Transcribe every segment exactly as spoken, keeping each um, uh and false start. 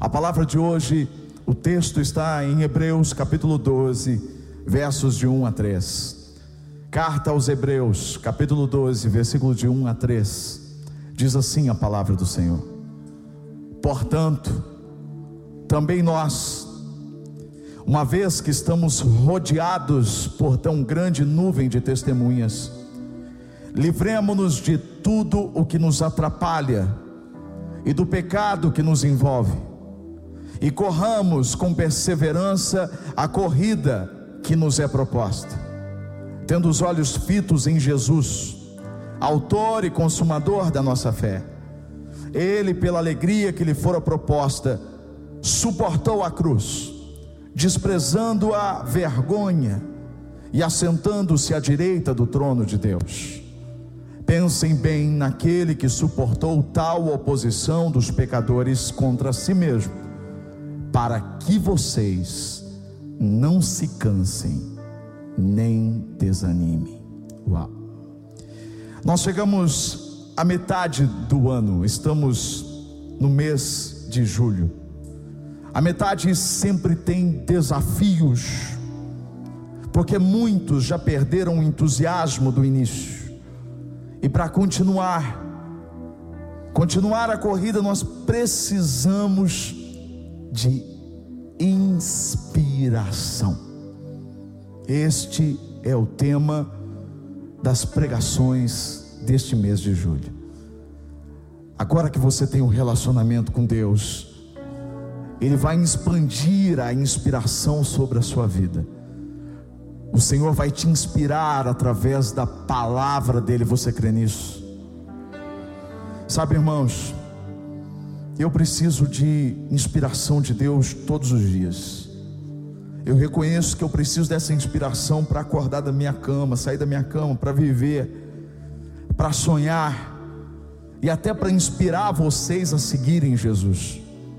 A palavra de hoje, o texto está em Hebreus capítulo doze, versos de um a três. Carta aos Hebreus, capítulo doze, versículo de um a três. Diz assim a palavra do Senhor: portanto, também nós, uma vez que estamos rodeados por tão grande nuvem de testemunhas, livremo-nos de tudo o que nos atrapalha e do pecado que nos envolve, e corramos com perseverança a corrida que nos é proposta, tendo os olhos fitos em Jesus, autor e consumador da nossa fé. Ele, pela alegria que lhe fora proposta, suportou a cruz, desprezando a vergonha, e assentando-se à direita do trono de Deus. Pensem bem naquele que suportou tal oposição dos pecadores contra si mesmo, para que vocês não se cansem nem desanimem. Uau! Nós chegamos à metade do ano, estamos no mês de julho. A metade sempre tem desafios, porque muitos já perderam o entusiasmo do início, e para continuar, continuar a corrida, nós precisamos de inspiração. Este é o tema das pregações deste mês de julho. Agora que você tem um relacionamento com Deus, Ele vai expandir a inspiração sobre a sua vida. O Senhor vai te inspirar através da palavra dEle. Você crê nisso? Sabe, irmãos, eu preciso de inspiração de Deus todos os dias. Eu reconheço que eu preciso dessa inspiração para acordar da minha cama, sair da minha cama, para viver, para sonhar, e até para inspirar vocês a seguirem Jesus.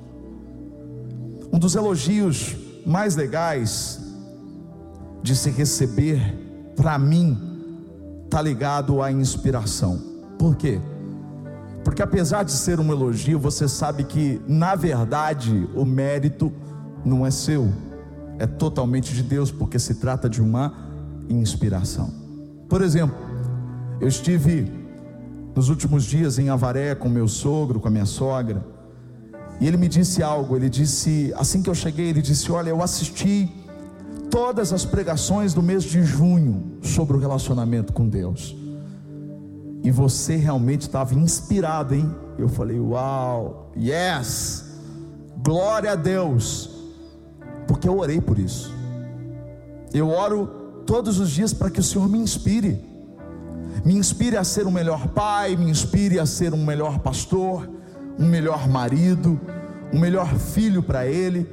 Um dos elogios mais legais de se receber, para mim, está ligado à inspiração. Por quê? Porque apesar de ser um elogio, você sabe que na verdade o mérito não é seu, é totalmente de Deus, porque se trata de uma inspiração. Por exemplo, eu estive nos últimos dias em Avaré com meu sogro, com a minha sogra, e ele me disse algo. Ele disse, assim que eu cheguei, ele disse: olha, eu assisti todas as pregações do mês de junho sobre o relacionamento com Deus, e você realmente estava inspirado, hein? Eu falei: uau, yes, glória a Deus, porque eu orei por isso. Eu oro todos os dias para que o Senhor me inspire, me inspire a ser um melhor pai, me inspire a ser um melhor pastor, um melhor marido, um melhor filho para Ele.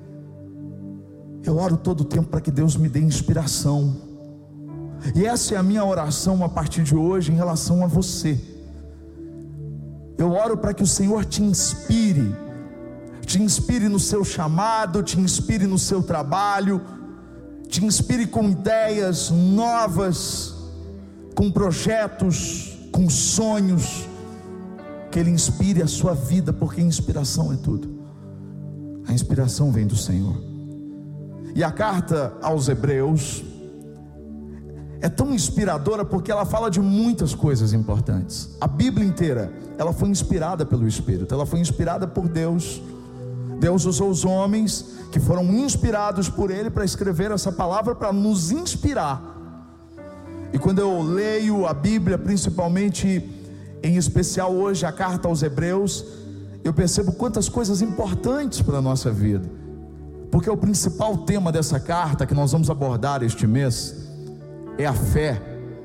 Eu oro todo o tempo para que Deus me dê inspiração, e essa é a minha oração a partir de hoje em relação a você. Eu oro para que o Senhor te inspire, te inspire no seu chamado, te inspire no seu trabalho, te inspire com ideias novas, com projetos, com sonhos, que Ele inspire a sua vida, porque inspiração é tudo. A inspiração vem do Senhor. E a carta aos Hebreus é tão inspiradora porque ela fala de muitas coisas importantes. A Bíblia inteira, ela foi inspirada pelo Espírito, ela foi inspirada por Deus. Deus usou os homens que foram inspirados por Ele para escrever essa palavra, para nos inspirar. E quando eu leio a Bíblia, principalmente, em especial hoje, a carta aos Hebreus, eu percebo quantas coisas importantes para a nossa vida, porque o principal tema dessa carta que nós vamos abordar este mês é a fé.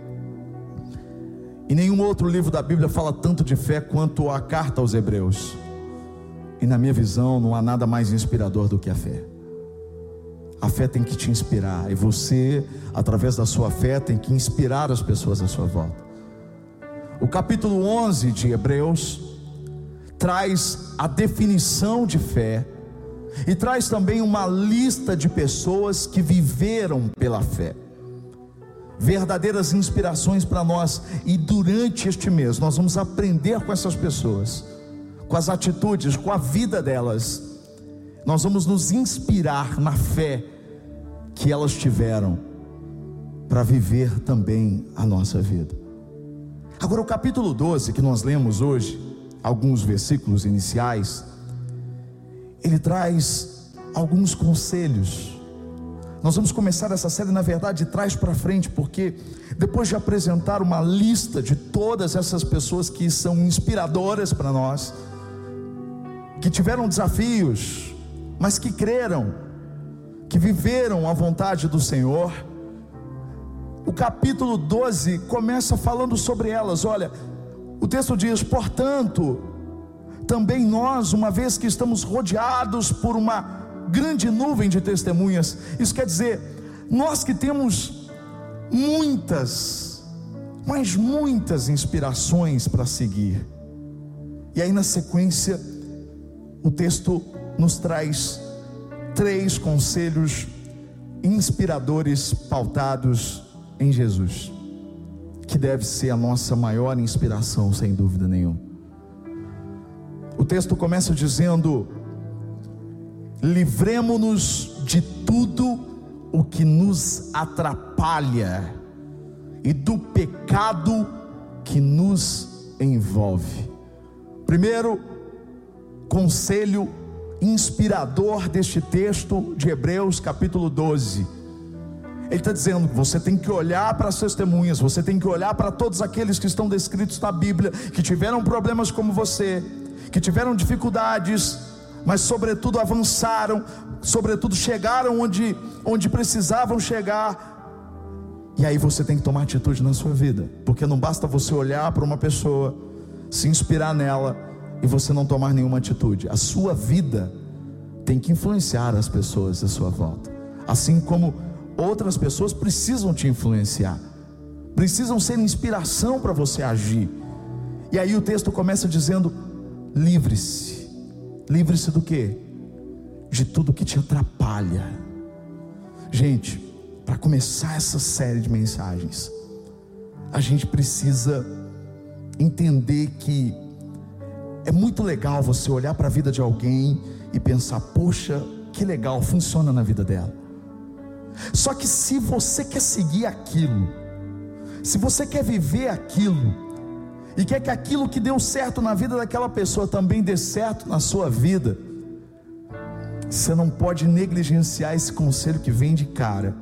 E nenhum outro livro da Bíblia fala tanto de fé quanto a carta aos Hebreus. E na minha visão, não há nada mais inspirador do que a fé. A fé tem que te inspirar, e você, através da sua fé, tem que inspirar as pessoas à sua volta. O capítulo onze de Hebreus traz a definição de fé, e traz também uma lista de pessoas que viveram pela fé, verdadeiras inspirações para nós. E durante este mês nós vamos aprender com essas pessoas, com as atitudes, com a vida delas, nós vamos nos inspirar na fé que elas tiveram para viver também a nossa vida. Agora, o capítulo doze que nós lemos hoje, alguns versículos iniciais, ele traz alguns conselhos. Nós vamos começar essa série, na verdade, de trás para frente, porque depois de apresentar uma lista de todas essas pessoas que são inspiradoras para nós, que tiveram desafios, mas que creram, que viveram a vontade do Senhor, o capítulo doze começa falando sobre elas. Olha, o texto diz: portanto, também nós, uma vez que estamos rodeados por uma grande nuvem de testemunhas, isso quer dizer, nós que temos muitas, mas muitas inspirações para seguir. E aí na sequência, o texto nos traz três conselhos inspiradores pautados em Jesus, que deve ser a nossa maior inspiração, sem dúvida nenhuma. O texto começa dizendo: livremo-nos de tudo o que nos atrapalha e do pecado que nos envolve. Primeiro conselho inspirador deste texto de Hebreus capítulo doze, ele está dizendo que você tem que olhar para as testemunhas, você tem que olhar para todos aqueles que estão descritos na Bíblia, que tiveram problemas como você, que tiveram dificuldades, mas sobretudo avançaram, sobretudo chegaram onde, onde precisavam chegar. E aí você tem que tomar atitude na sua vida, porque não basta você olhar para uma pessoa, se inspirar nela e você não tomar nenhuma atitude. A sua vida tem que influenciar as pessoas à sua volta, assim como outras pessoas precisam te influenciar, precisam ser inspiração para você agir. E aí o texto começa dizendo: livre-se. Livre-se do quê? De tudo que te atrapalha. Gente, para começar essa série de mensagens, a gente precisa entender que é muito legal você olhar para a vida de alguém e pensar: poxa, que legal, funciona na vida dela. Só que se você quer seguir aquilo, se você quer viver aquilo, e quer que aquilo que deu certo na vida daquela pessoa também dê certo na sua vida, você não pode negligenciar esse conselho que vem de cara.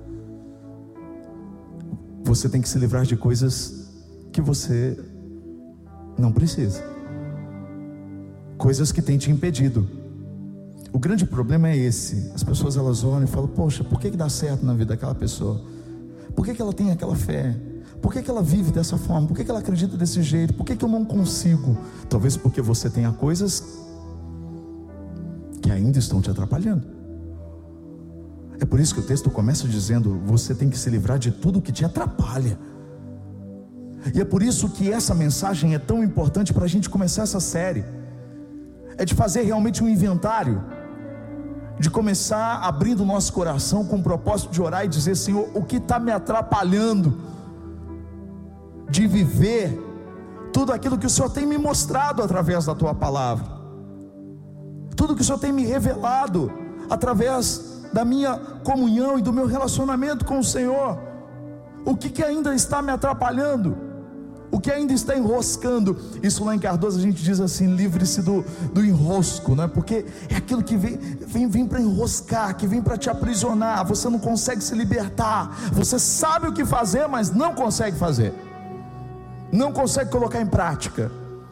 Você tem que se livrar de coisas que você não precisa, coisas que têm te impedido. O grande problema é esse: as pessoas elas olham e falam: poxa, por que que dá certo na vida daquela pessoa? Por que que ela tem aquela fé? Por que que ela vive dessa forma? Por que que ela acredita desse jeito? Por que que eu não consigo? Talvez porque você tenha coisas que ainda estão te atrapalhando. É por isso que o texto começa dizendo: você tem que se livrar de tudo que te atrapalha. E é por isso que essa mensagem é tão importante para a gente começar essa série. É de fazer realmente um inventário, de começar abrindo o nosso coração com o propósito de orar e dizer: Senhor, o que está me atrapalhando de viver tudo aquilo que o Senhor tem me mostrado através da Tua palavra, tudo que o Senhor tem me revelado através da minha comunhão e do meu relacionamento com o Senhor? O que, que ainda está me atrapalhando? O que ainda está enroscando? Isso lá em Cardoso a gente diz assim: livre-se do, do enrosco, né? Porque é aquilo que vem, vem, vem para enroscar, que vem para te aprisionar. Você não consegue se libertar, você sabe o que fazer, mas não consegue fazer, não consegue colocar em prática,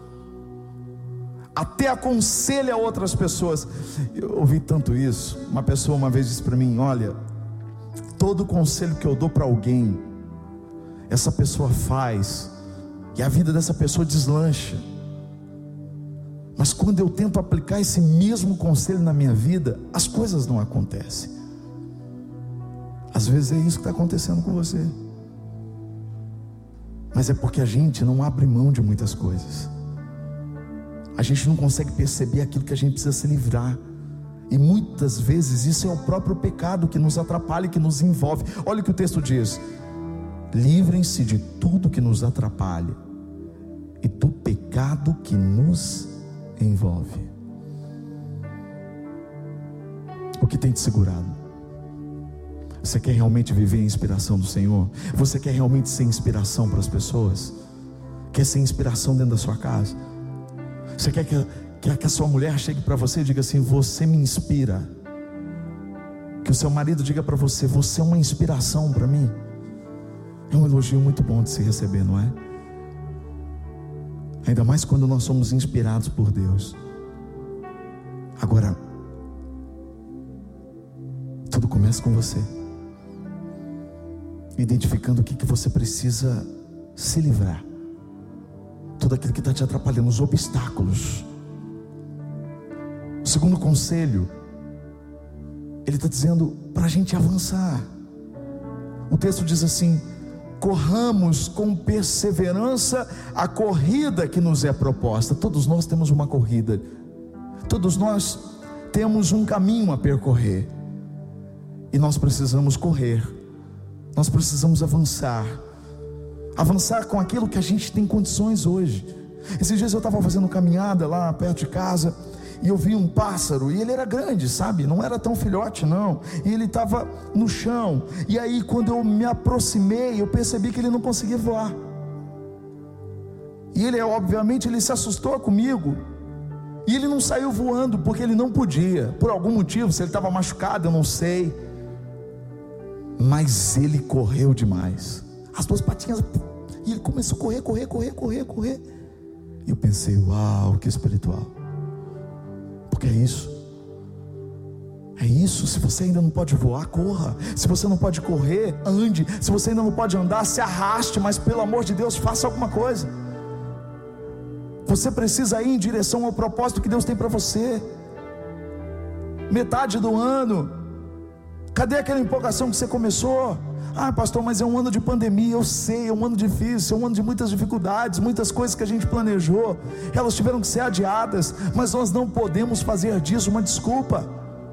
até aconselha outras pessoas. Eu ouvi tanto isso. Uma pessoa uma vez disse para mim: olha, todo conselho que eu dou para alguém, essa pessoa faz, e a vida dessa pessoa deslancha. Mas quando eu tento aplicar esse mesmo conselho na minha vida, as coisas não acontecem. Às vezes é isso que está acontecendo com você. Mas é porque a gente não abre mão de muitas coisas. A gente não consegue perceber aquilo que a gente precisa se livrar. E muitas vezes isso é o próprio pecado que nos atrapalha e que nos envolve. Olha o que o texto diz: livrem-se de tudo que nos atrapalha e do pecado que nos envolve. O que tem te segurado? Você quer realmente viver a inspiração do Senhor? Você quer realmente ser inspiração para as pessoas? Quer ser inspiração dentro da sua casa? Você quer que, quer que a sua mulher chegue para você e diga assim: você me inspira? Que o seu marido diga para você: você é uma inspiração para mim? É um elogio muito bom de se receber, não é? Ainda mais quando nós somos inspirados por Deus. Agora, tudo começa com você, identificando o que, que você precisa se livrar, tudo aquilo que está te atrapalhando, os obstáculos. O segundo conselho, ele está dizendo para a gente avançar. O texto diz assim: corramos com perseverança a corrida que nos é proposta. Todos nós temos uma corrida, todos nós temos um caminho a percorrer, e nós precisamos correr, nós precisamos avançar, avançar com aquilo que a gente tem condições hoje. Esses dias eu estava fazendo caminhada lá perto de casa, e eu vi um pássaro, e ele era grande, sabe, não era tão filhote não, e ele estava no chão, e aí quando eu me aproximei, eu percebi que ele não conseguia voar, e ele obviamente ele se assustou comigo, e ele não saiu voando, porque ele não podia, por algum motivo, se ele estava machucado, eu não sei, mas ele correu demais, as duas patinhas, e ele começou a correr, correr, correr, correr, correr, e eu pensei: uau, que espiritual. Porque é isso, é isso. Se você ainda não pode voar, corra. Se você não pode correr, ande. Se você ainda não pode andar, se arraste. Mas pelo amor de Deus, faça alguma coisa. Você precisa ir em direção ao propósito que Deus tem para você. Metade do ano, cadê aquela empolgação que você começou? Ah, pastor, mas é um ano de pandemia. Eu sei, é um ano difícil, é um ano de muitas dificuldades, muitas coisas que a gente planejou, elas tiveram que ser adiadas, mas nós não podemos fazer disso uma desculpa.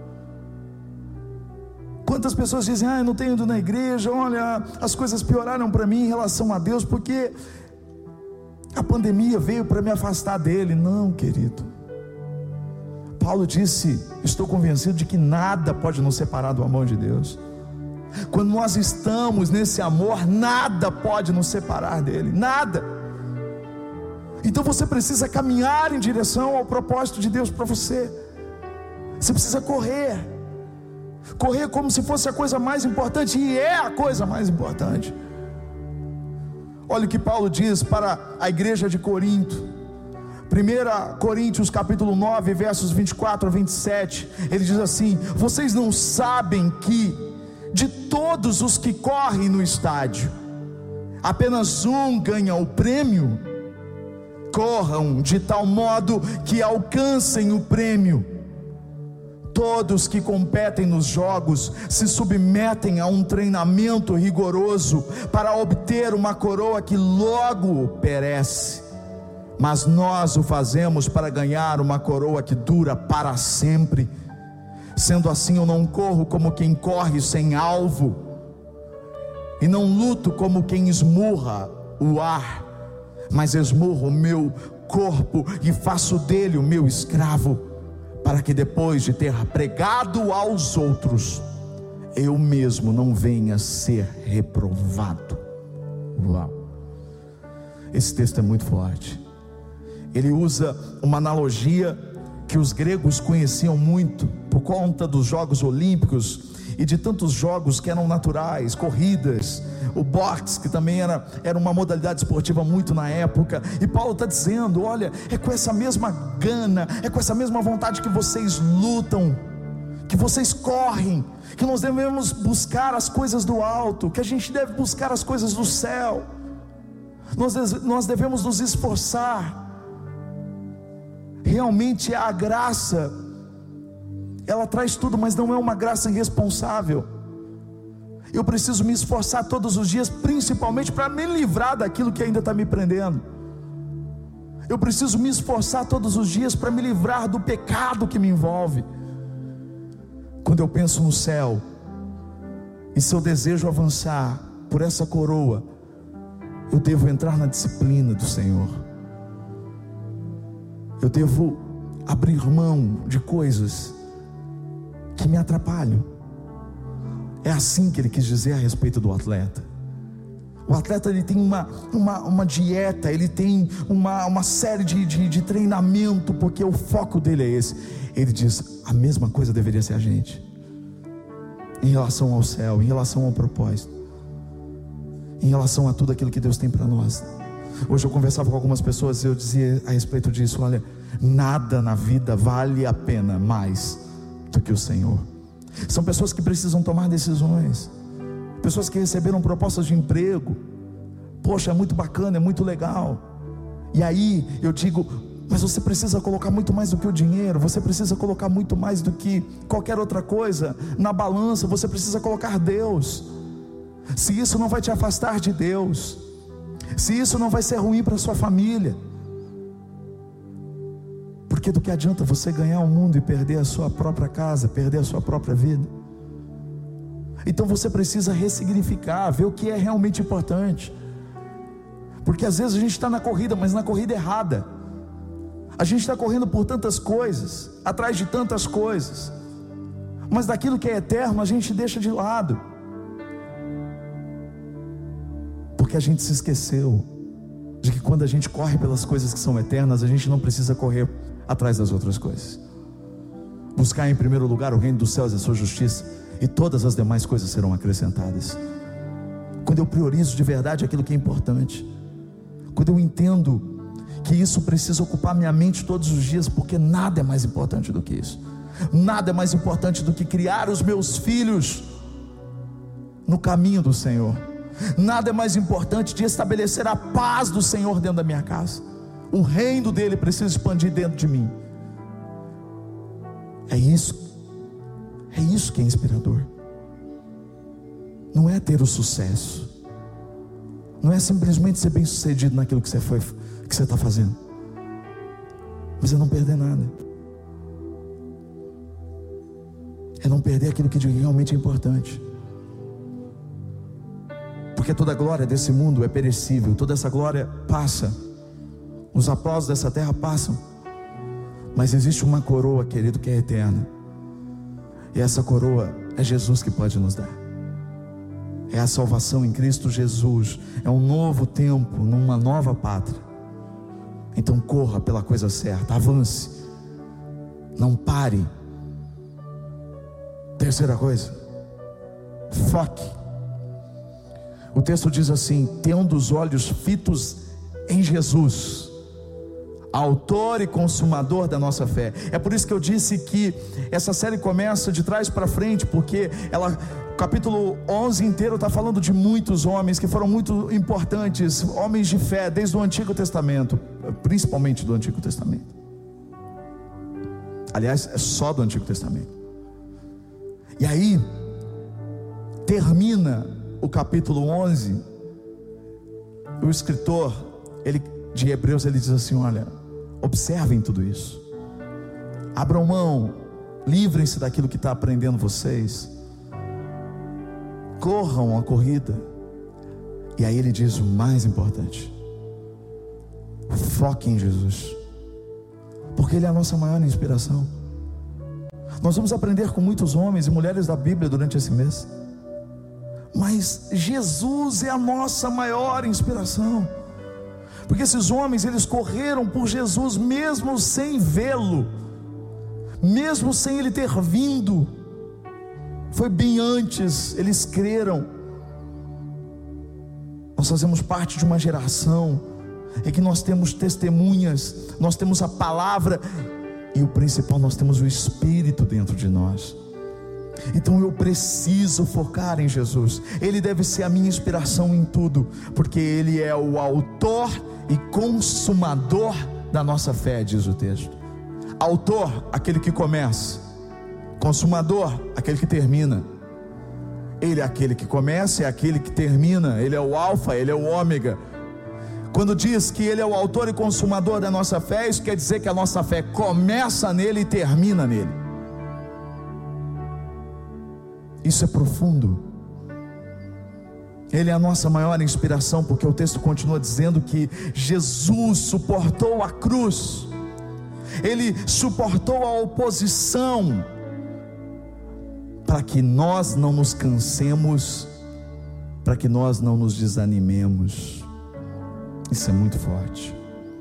Quantas pessoas dizem: ah, eu não tenho ido na igreja, olha, as coisas pioraram para mim em relação a Deus, porque a pandemia veio para me afastar dele. Não, querido, Paulo disse: estou convencido de que nada pode nos separar do amor de Deus. Quando nós estamos nesse amor, nada pode nos separar dele, nada. Então você precisa caminhar em direção ao propósito de Deus para você. Você precisa correr, correr como se fosse a coisa mais importante, e é a coisa mais importante. Olha o que Paulo diz para a igreja de Corinto, primeira Coríntios capítulo nove, versos vinte e quatro a vinte e sete, ele diz assim: vocês não sabem que de todos os que correm no estádio, apenas um ganha o prêmio? Corram de tal modo que alcancem o prêmio. Todos que competem nos jogos se submetem a um treinamento rigoroso para obter uma coroa que logo perece, mas nós o fazemos para ganhar uma coroa que dura para sempre. Sendo assim, eu não corro como quem corre sem alvo, e não luto como quem esmurra o ar, mas esmurro o meu corpo e faço dele o meu escravo, para que depois de ter pregado aos outros, eu mesmo não venha a ser reprovado. Uau! Esse texto é muito forte. Ele usa uma analogia que os gregos conheciam muito, por conta dos Jogos Olímpicos e de tantos jogos que eram naturais, corridas, o boxe, que também era, era uma modalidade esportiva muito na época. E Paulo está dizendo: olha, é com essa mesma gana, é com essa mesma vontade que vocês lutam, que vocês correm, que nós devemos buscar as coisas do alto, que a gente deve buscar as coisas do céu. Nós, nós devemos nos esforçar. Realmente a graça, ela traz tudo, mas não é uma graça irresponsável. Eu preciso me esforçar todos os dias, principalmente para me livrar daquilo que ainda está me prendendo. Eu preciso me esforçar todos os dias para me livrar do pecado que me envolve. Quando eu penso no céu, e se eu desejo avançar por essa coroa, eu devo entrar na disciplina do Senhor. Eu devo abrir mão de coisas que me atrapalham. É assim que ele quis dizer a respeito do atleta. O atleta, ele tem uma, uma, uma dieta, ele tem uma, uma série de, de, de treinamento, porque o foco dele é esse. Ele diz, a mesma coisa deveria ser a gente, em relação ao céu, em relação ao propósito, em relação a tudo aquilo que Deus tem para nós. Hoje eu conversava com algumas pessoas e eu dizia a respeito disso: olha, nada na vida vale a pena mais do que o Senhor. São pessoas que precisam tomar decisões, pessoas que receberam propostas de emprego. Poxa, é muito bacana, é muito legal. E aí eu digo, mas você precisa colocar muito mais do que o dinheiro, você precisa colocar muito mais do que qualquer outra coisa na balança. Você precisa colocar Deus. Se isso não vai te afastar de Deus, se isso não vai ser ruim para a sua família, porque do que adianta você ganhar o mundo e perder a sua própria casa, perder a sua própria vida? Então você precisa ressignificar, ver o que é realmente importante. Porque às vezes a gente está na corrida, mas na corrida errada. A gente está correndo por tantas coisas, atrás de tantas coisas, mas daquilo que é eterno a gente deixa de lado, porque a gente se esqueceu de que quando a gente corre pelas coisas que são eternas, a gente não precisa correr atrás das outras coisas. Buscar em primeiro lugar o reino dos céus e a sua justiça, e todas as demais coisas serão acrescentadas. Quando eu priorizo de verdade aquilo que é importante, quando eu entendo que isso precisa ocupar minha mente todos os dias, porque nada é mais importante do que isso. Nada é mais importante do que criar os meus filhos no caminho do Senhor. Nada é mais importante de estabelecer a paz do Senhor dentro da minha casa. O reino dele precisa expandir dentro de mim. É isso, é isso que é inspirador. Não é ter o sucesso, não é simplesmente ser bem sucedido naquilo que você foi, que você está fazendo, mas é não perder nada, é não perder aquilo que realmente é importante. Porque toda a glória desse mundo é perecível, toda essa glória passa, os aplausos dessa terra passam, mas existe uma coroa, querido, que é eterna, e essa coroa é Jesus que pode nos dar. É a salvação em Cristo Jesus, é um novo tempo, numa nova pátria. Então corra pela coisa certa, avance, não pare. Terceira coisa, foque. O texto diz assim: tendo os olhos fitos em Jesus, autor e consumador da nossa fé. É por isso que eu disse que essa série começa de trás para frente, porque ela, o capítulo onze inteiro está falando de muitos homens que foram muito importantes, homens de fé, desde o Antigo Testamento, principalmente do Antigo Testamento. Aliás, é só do Antigo Testamento. E aí termina o capítulo onze, o escritor ele, de Hebreus, ele diz assim: olha, observem tudo isso, abram mão, livrem-se daquilo que está aprendendo vocês, corram a corrida. E aí ele diz o mais importante: foque em Jesus, porque ele é a nossa maior inspiração. Nós vamos aprender com muitos homens e mulheres da Bíblia durante esse mês, mas Jesus é a nossa maior inspiração, porque esses homens, eles correram por Jesus mesmo sem vê-lo, mesmo sem ele ter vindo. Foi bem antes, eles creram. Nós fazemos parte de uma geração em que nós temos testemunhas, nós temos a palavra, e o principal, nós temos o Espírito dentro de nós. Então eu preciso focar em Jesus. Ele deve ser a minha inspiração em tudo, porque Ele é o autor e consumador da nossa fé, diz o texto. Autor, aquele que começa; consumador, aquele que termina. Ele é aquele que começa, é aquele que termina. Ele é o alfa, ele é o ômega. Quando diz que Ele é o autor e consumador da nossa fé, isso quer dizer que a nossa fé começa nele e termina nele. Isso é profundo. Ele é a nossa maior inspiração, porque o texto continua dizendo que Jesus suportou a cruz, Ele suportou a oposição, para que nós não nos cansemos, para que nós não nos desanimemos. Isso é muito forte.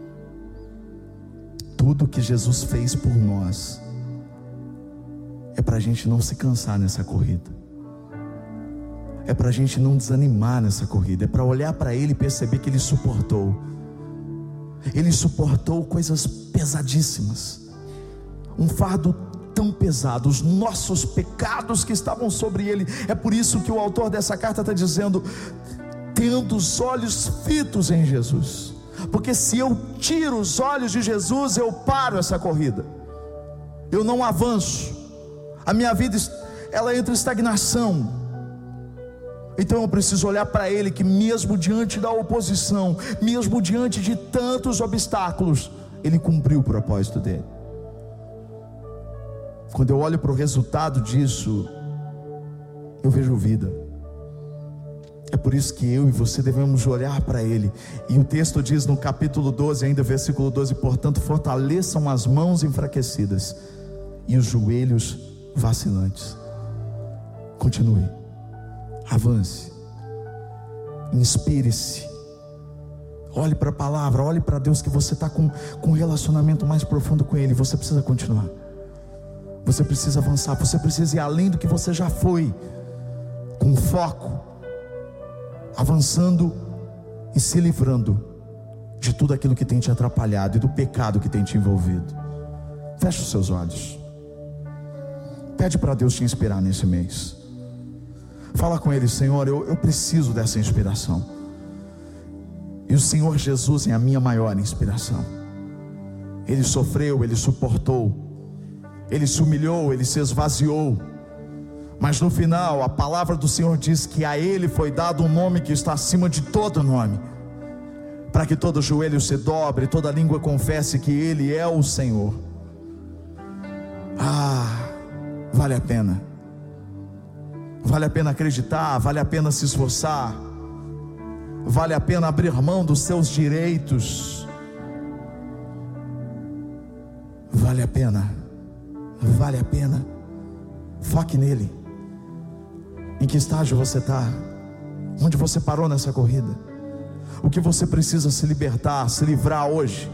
Tudo que Jesus fez por nós é para a gente não se cansar nessa corrida, é para a gente não desanimar nessa corrida, é para olhar para Ele e perceber que Ele suportou. Ele suportou coisas pesadíssimas, um fardo tão pesado, os nossos pecados que estavam sobre Ele. É por isso que o autor dessa carta está dizendo: tendo os olhos fitos em Jesus, porque se eu tiro os olhos de Jesus, eu paro essa corrida, eu não avanço, a minha vida ela entra em estagnação. Então eu preciso olhar para Ele, que mesmo diante da oposição, mesmo diante de tantos obstáculos, Ele cumpriu o propósito dele. Quando eu olho para o resultado disso, eu vejo vida. É por isso que eu e você devemos olhar para Ele. E o texto diz no capítulo doze, ainda versículo doze: portanto, fortaleçam as mãos enfraquecidas e os joelhos vacilantes. Continue, avance, inspire-se, olhe para a palavra, olhe para Deus, que você está com, com um relacionamento mais profundo com Ele. Você precisa continuar, você precisa avançar, você precisa ir além do que você já foi, com foco, avançando e se livrando de tudo aquilo que tem te atrapalhado e do pecado que tem te envolvido. Feche os seus olhos, pede para Deus te inspirar nesse mês. Fala com Ele: Senhor, eu, eu preciso dessa inspiração, e o Senhor Jesus é a minha maior inspiração. Ele sofreu, Ele suportou, Ele se humilhou, Ele se esvaziou, mas no final a palavra do Senhor diz que a Ele foi dado um nome que está acima de todo nome, para que todo joelho se dobre, toda língua confesse que Ele é o Senhor. Ah, vale a pena, vale a pena acreditar, vale a pena se esforçar, vale a pena abrir mão dos seus direitos, vale a pena, vale a pena. Foque nele. Em que estágio você está? Onde você parou nessa corrida? O que você precisa se libertar, se livrar hoje?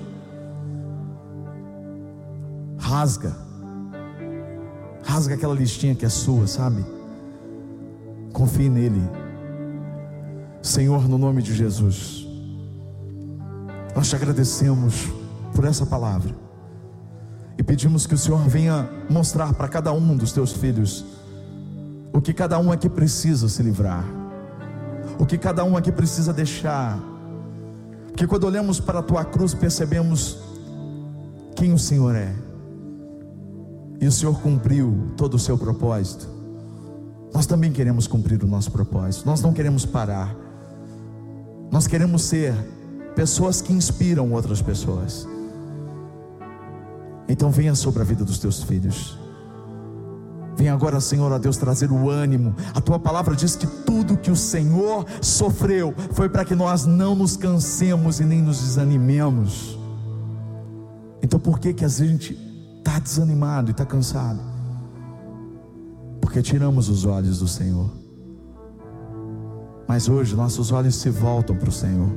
Rasga, rasga aquela listinha que é sua, sabe? Confie nele. Senhor, no nome de Jesus, nós te agradecemos por essa palavra e pedimos que o Senhor venha mostrar para cada um dos teus filhos o que cada um aqui precisa se livrar, o que cada um aqui precisa deixar. Porque quando olhamos para a tua cruz, percebemos quem o Senhor é, e o Senhor cumpriu todo o seu propósito. Nós também queremos cumprir o nosso propósito, nós não queremos parar, nós queremos ser pessoas que inspiram outras pessoas. Então venha sobre a vida dos teus filhos. Vem agora, Senhor, a Deus, trazer o ânimo. A tua palavra diz que tudo que o Senhor sofreu foi para que nós não nos cansemos e nem nos desanimemos. Então por que que a gente está desanimado e está cansado? Porque tiramos os olhos do Senhor. Mas hoje nossos olhos se voltam para o Senhor.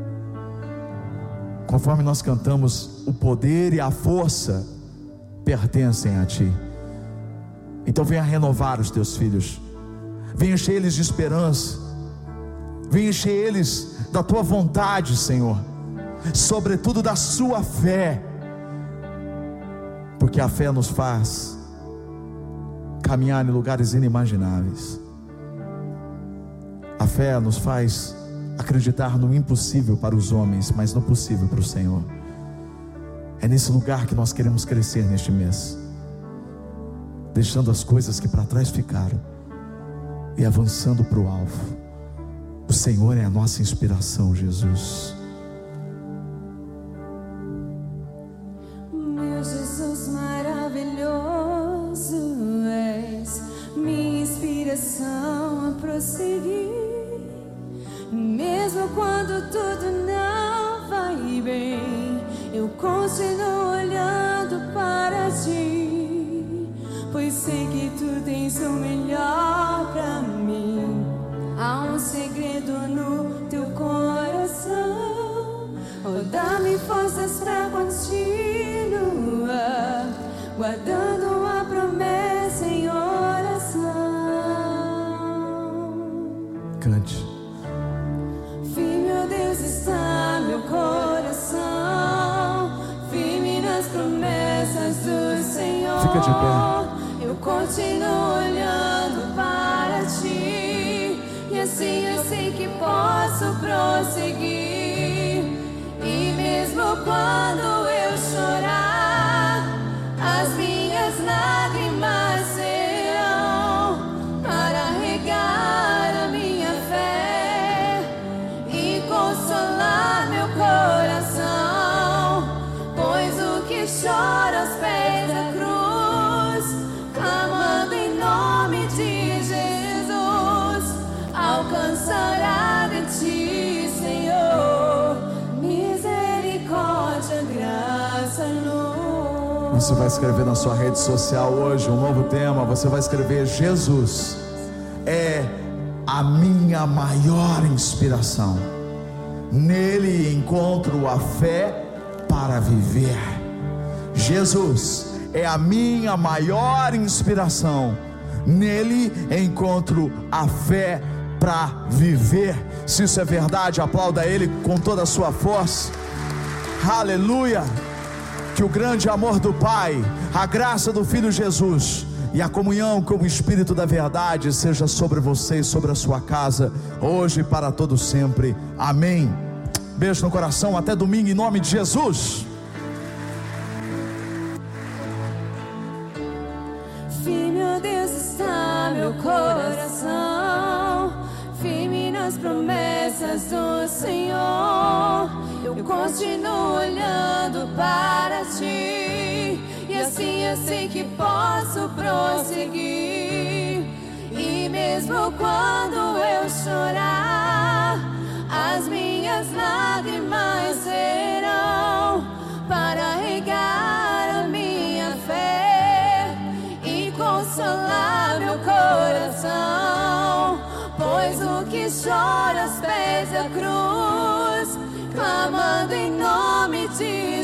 Conforme nós cantamos, o poder e a força pertencem a Ti. Então venha renovar os teus filhos, venha encher eles de esperança, venha encher eles da Tua vontade, Senhor, sobretudo da Sua fé, porque a fé nos faz caminhar em lugares inimagináveis. A fé nos faz acreditar no impossível para os homens, mas no possível para o Senhor. É nesse lugar que nós queremos crescer neste mês, deixando as coisas que para trás ficaram e avançando para o alvo. O Senhor é a nossa inspiração, Jesus. Meu Jesus maravilhoso, és minha inspiração a prosseguir, mesmo quando tudo não vai bem, eu continuo olhando para Ti, pois sei que se tu tens o melhor pra mim. Há um segredo no teu coração. Oh, dá-me forças pra continuar, guardando a promessa em oração. Cante. Firme, ó Deus, está meu coração, firme nas promessas do Senhor. Fica de pé. Eu continuo olhando para ti, e assim eu sei que posso prosseguir. E mesmo quando eu chorar, as minhas lágrimas serão para regar a minha fé e consolar meu coração. Pois o que chora aos pés da cruz, clamando em nome de Jesus, alcançará de ti, Senhor, misericórdia, graça, luz. Você vai escrever na sua rede social hoje um novo tema. Você vai escrever: Jesus é a minha maior inspiração. Nele encontro a fé para viver. Jesus é a minha maior inspiração. Nele encontro a fé para viver. Se isso é verdade, aplauda Ele com toda a sua força. Aleluia. Que o grande amor do Pai, a graça do Filho Jesus e a comunhão com o Espírito da verdade seja sobre você e sobre a sua casa, hoje e para todo sempre. Amém. Beijo no coração, até domingo em nome de Jesus. Firme, ó Deus, está meu coração, firme nas promessas do Senhor. Eu continuo olhando para ti, e assim eu sei que posso prosseguir. E mesmo quando eu chorar, as minhas lágrimas serão para regar a minha fé e consolar meu coração. Pois o que chora aos pés da cruz, clamando em nome de